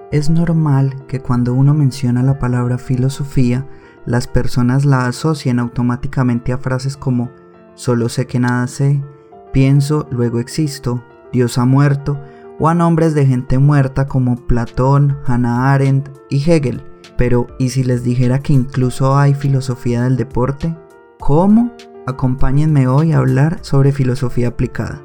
Es normal que cuando uno menciona la palabra filosofía, las personas la asocien automáticamente a frases como solo sé que nada sé, pienso, luego existo, Dios ha muerto, o a nombres de gente muerta como Platón, Hannah Arendt y Hegel. Pero, ¿y si les dijera que incluso hay filosofía del deporte? ¿Cómo? Acompáñenme hoy a hablar sobre filosofía aplicada.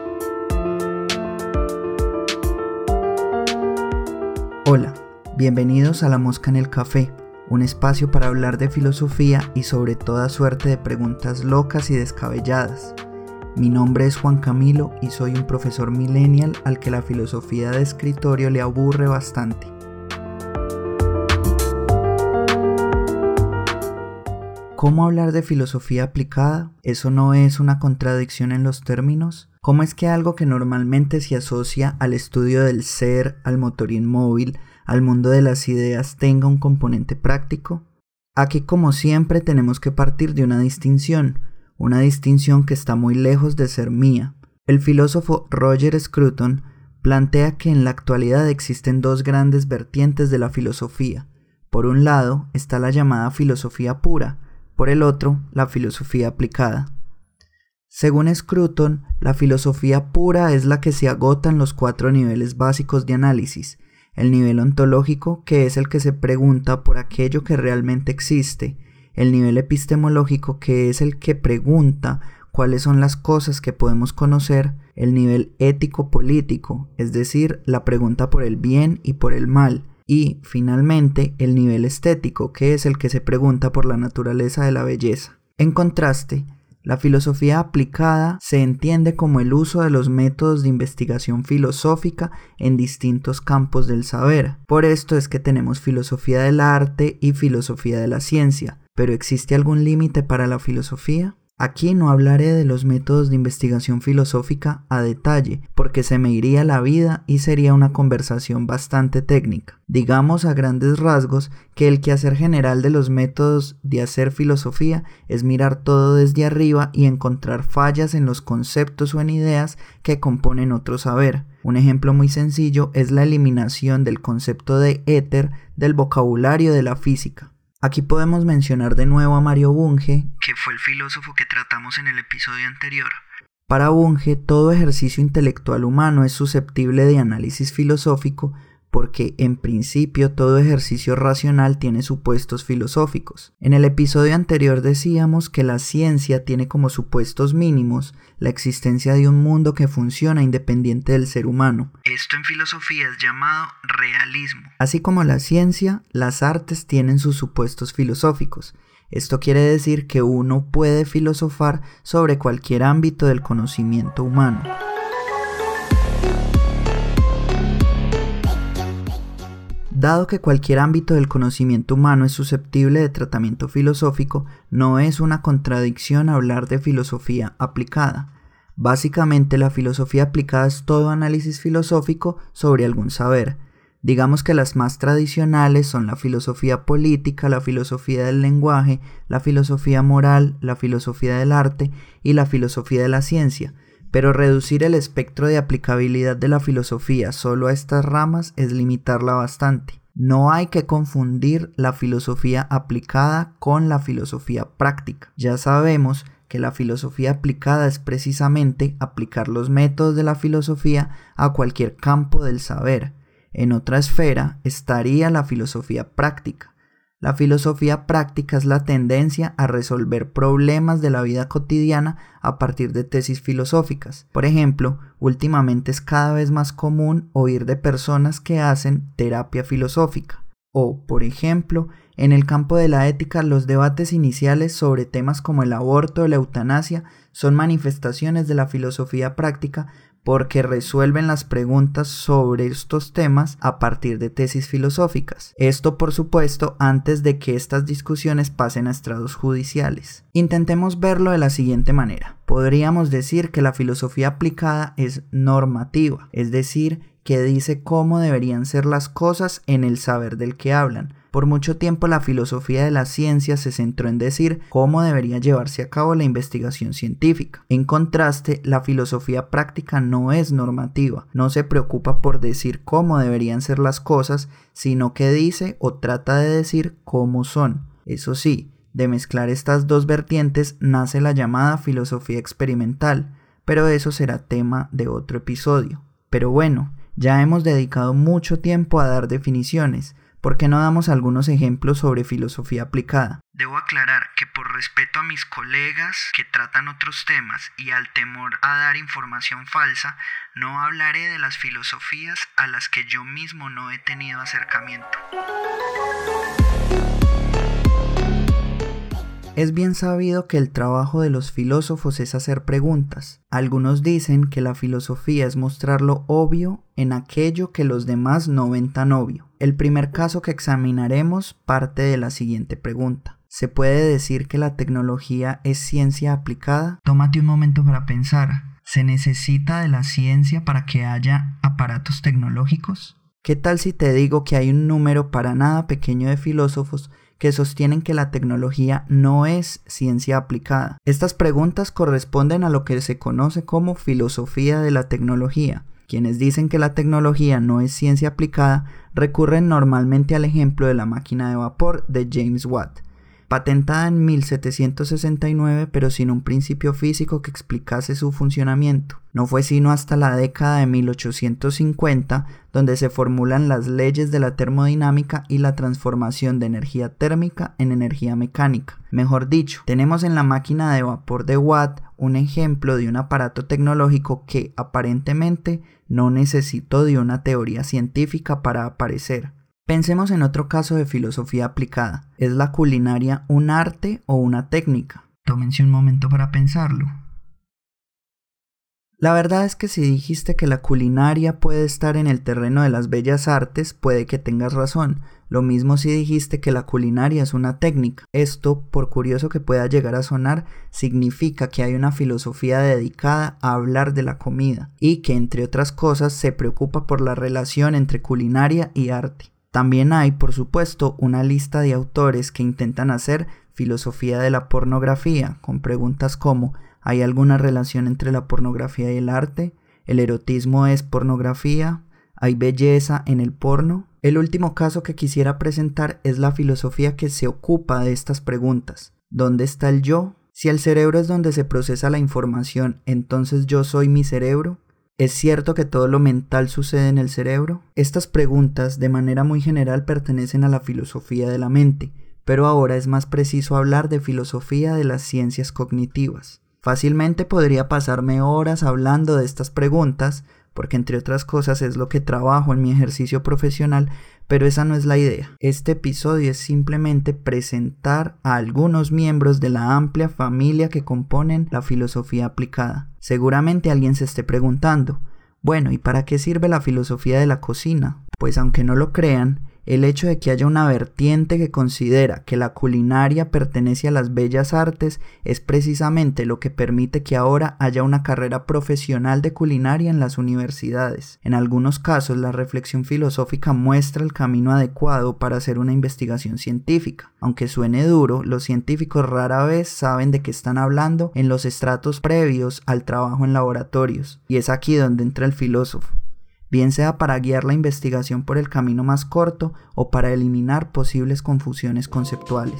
Hola, bienvenidos a La Mosca en el Café, un espacio para hablar de filosofía y sobre toda suerte de preguntas locas y descabelladas. Mi nombre es Juan Camilo y soy un profesor millennial al que la filosofía de escritorio le aburre bastante. ¿Cómo hablar de filosofía aplicada? ¿Eso no es una contradicción en los términos? ¿Cómo es que algo que normalmente se asocia al estudio del ser, al motor inmóvil, al mundo de las ideas tenga un componente práctico? Aquí, como siempre, tenemos que partir de una distinción que está muy lejos de ser mía. El filósofo Roger Scruton plantea que en la actualidad existen dos grandes vertientes de la filosofía. Por un lado está la llamada filosofía pura, por el otro, la filosofía aplicada. Según Scruton, la filosofía pura es la que se agota en los 4 niveles básicos de análisis. El nivel ontológico, que es el que se pregunta por aquello que realmente existe. El nivel epistemológico, que es el que pregunta cuáles son las cosas que podemos conocer. El nivel ético-político, es decir, la pregunta por el bien y por el mal. Y, finalmente, el nivel estético, que es el que se pregunta por la naturaleza de la belleza. En contraste, la filosofía aplicada se entiende como el uso de los métodos de investigación filosófica en distintos campos del saber. Por esto es que tenemos filosofía del arte y filosofía de la ciencia. ¿Pero existe algún límite para la filosofía? Aquí no hablaré de los métodos de investigación filosófica a detalle, porque se me iría la vida y sería una conversación bastante técnica. Digamos a grandes rasgos que el quehacer general de los métodos de hacer filosofía es mirar todo desde arriba y encontrar fallas en los conceptos o en ideas que componen otro saber. Un ejemplo muy sencillo es la eliminación del concepto de éter del vocabulario de la física. Aquí podemos mencionar de nuevo a Mario Bunge, que fue el filósofo que tratamos en el episodio anterior. Para Bunge, todo ejercicio intelectual humano es susceptible de análisis filosófico porque, en principio, todo ejercicio racional tiene supuestos filosóficos. En el episodio anterior decíamos que la ciencia tiene como supuestos mínimos la existencia de un mundo que funciona independiente del ser humano. Esto en filosofía es llamado realismo. Así como la ciencia, las artes tienen sus supuestos filosóficos. Esto quiere decir que uno puede filosofar sobre cualquier ámbito del conocimiento humano. Dado que cualquier ámbito del conocimiento humano es susceptible de tratamiento filosófico, no es una contradicción hablar de filosofía aplicada. Básicamente, la filosofía aplicada es todo análisis filosófico sobre algún saber. Digamos que las más tradicionales son la filosofía política, la filosofía del lenguaje, la filosofía moral, la filosofía del arte y la filosofía de la ciencia. Pero reducir el espectro de aplicabilidad de la filosofía solo a estas ramas es limitarla bastante. No hay que confundir la filosofía aplicada con la filosofía práctica. Ya sabemos que la filosofía aplicada es precisamente aplicar los métodos de la filosofía a cualquier campo del saber. En otra esfera estaría la filosofía práctica. La filosofía práctica es la tendencia a resolver problemas de la vida cotidiana a partir de tesis filosóficas. Por ejemplo, últimamente es cada vez más común oír de personas que hacen terapia filosófica. O, por ejemplo, en el campo de la ética, los debates iniciales sobre temas como el aborto o la eutanasia son manifestaciones de la filosofía práctica porque resuelven las preguntas sobre estos temas a partir de tesis filosóficas. Esto, por supuesto, antes de que estas discusiones pasen a estrados judiciales. Intentemos verlo de la siguiente manera. Podríamos decir que la filosofía aplicada es normativa, es decir, que dice cómo deberían ser las cosas en el saber del que hablan. Por mucho tiempo la filosofía de la ciencia se centró en decir cómo debería llevarse a cabo la investigación científica. En contraste, la filosofía práctica no es normativa, no se preocupa por decir cómo deberían ser las cosas, sino que dice o trata de decir cómo son. Eso sí, de mezclar estas dos vertientes nace la llamada filosofía experimental, pero eso será tema de otro episodio. Pero bueno, ya hemos dedicado mucho tiempo a dar definiciones. ¿Por qué no damos algunos ejemplos sobre filosofía aplicada? Debo aclarar que por respeto a mis colegas que tratan otros temas y al temor a dar información falsa, no hablaré de las filosofías a las que yo mismo no he tenido acercamiento. Es bien sabido que el trabajo de los filósofos es hacer preguntas. Algunos dicen que la filosofía es mostrar lo obvio en aquello que los demás no ven tan obvio. El primer caso que examinaremos parte de la siguiente pregunta. ¿Se puede decir que la tecnología es ciencia aplicada? Tómate un momento para pensar. ¿Se necesita de la ciencia para que haya aparatos tecnológicos? ¿Qué tal si te digo que hay un número para nada pequeño de filósofos que sostienen que la tecnología no es ciencia aplicada? Estas preguntas corresponden a lo que se conoce como filosofía de la tecnología. Quienes dicen que la tecnología no es ciencia aplicada recurren normalmente al ejemplo de la máquina de vapor de James Watt, patentada en 1769 pero sin un principio físico que explicase su funcionamiento. No fue sino hasta la década de 1850 donde se formulan las leyes de la termodinámica y la transformación de energía térmica en energía mecánica. Mejor dicho, tenemos en la máquina de vapor de Watt un ejemplo de un aparato tecnológico que aparentemente no necesitó de una teoría científica para aparecer. Pensemos en otro caso de filosofía aplicada. ¿Es la culinaria un arte o una técnica? Tómense un momento para pensarlo. La verdad es que si dijiste que la culinaria puede estar en el terreno de las bellas artes, puede que tengas razón. Lo mismo si dijiste que la culinaria es una técnica. Esto, por curioso que pueda llegar a sonar, significa que hay una filosofía dedicada a hablar de la comida y que, entre otras cosas, se preocupa por la relación entre culinaria y arte. También hay, por supuesto, una lista de autores que intentan hacer filosofía de la pornografía, con preguntas como ¿hay alguna relación entre la pornografía y el arte? ¿El erotismo es pornografía? ¿Hay belleza en el porno? El último caso que quisiera presentar es la filosofía que se ocupa de estas preguntas. ¿Dónde está el yo? Si el cerebro es donde se procesa la información, ¿entonces yo soy mi cerebro? ¿Es cierto que todo lo mental sucede en el cerebro? Estas preguntas, de manera muy general, pertenecen a la filosofía de la mente, pero ahora es más preciso hablar de filosofía de las ciencias cognitivas. Fácilmente podría pasarme horas hablando de estas preguntas, porque entre otras cosas es lo que trabajo en mi ejercicio profesional, pero esa no es la idea. Este episodio es simplemente presentar a algunos miembros de la amplia familia que componen la filosofía aplicada. Seguramente alguien se esté preguntando, bueno, ¿y para qué sirve la filosofía de la cocina? Pues aunque no lo crean, el hecho de que haya una vertiente que considera que la culinaria pertenece a las bellas artes es precisamente lo que permite que ahora haya una carrera profesional de culinaria en las universidades. En algunos casos, la reflexión filosófica muestra el camino adecuado para hacer una investigación científica. Aunque suene duro, los científicos rara vez saben de qué están hablando en los estratos previos al trabajo en laboratorios, y es aquí donde entra el filósofo. Bien sea para guiar la investigación por el camino más corto o para eliminar posibles confusiones conceptuales.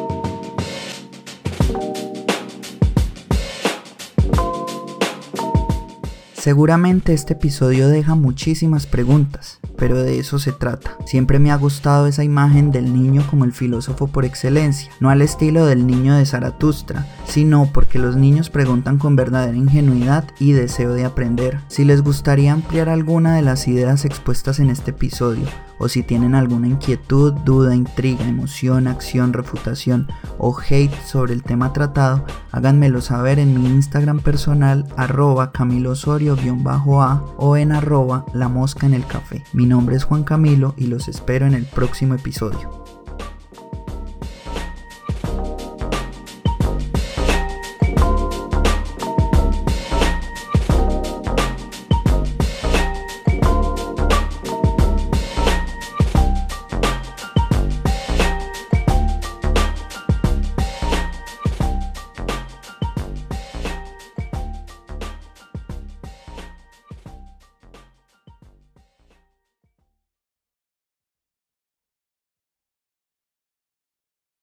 Seguramente este episodio deja muchísimas preguntas, pero de eso se trata. Siempre me ha gustado esa imagen del niño como el filósofo por excelencia, no al estilo del niño de Zaratustra, sino porque los niños preguntan con verdadera ingenuidad y deseo de aprender. Si les gustaría ampliar alguna de las ideas expuestas en este episodio, o si tienen alguna inquietud, duda, intriga, emoción, acción, refutación o hate sobre el tema tratado, háganmelo saber en mi Instagram personal @camilosorio_a o en @lamoscaenelcafé. Mi nombre es Juan Camilo y los espero en el próximo episodio.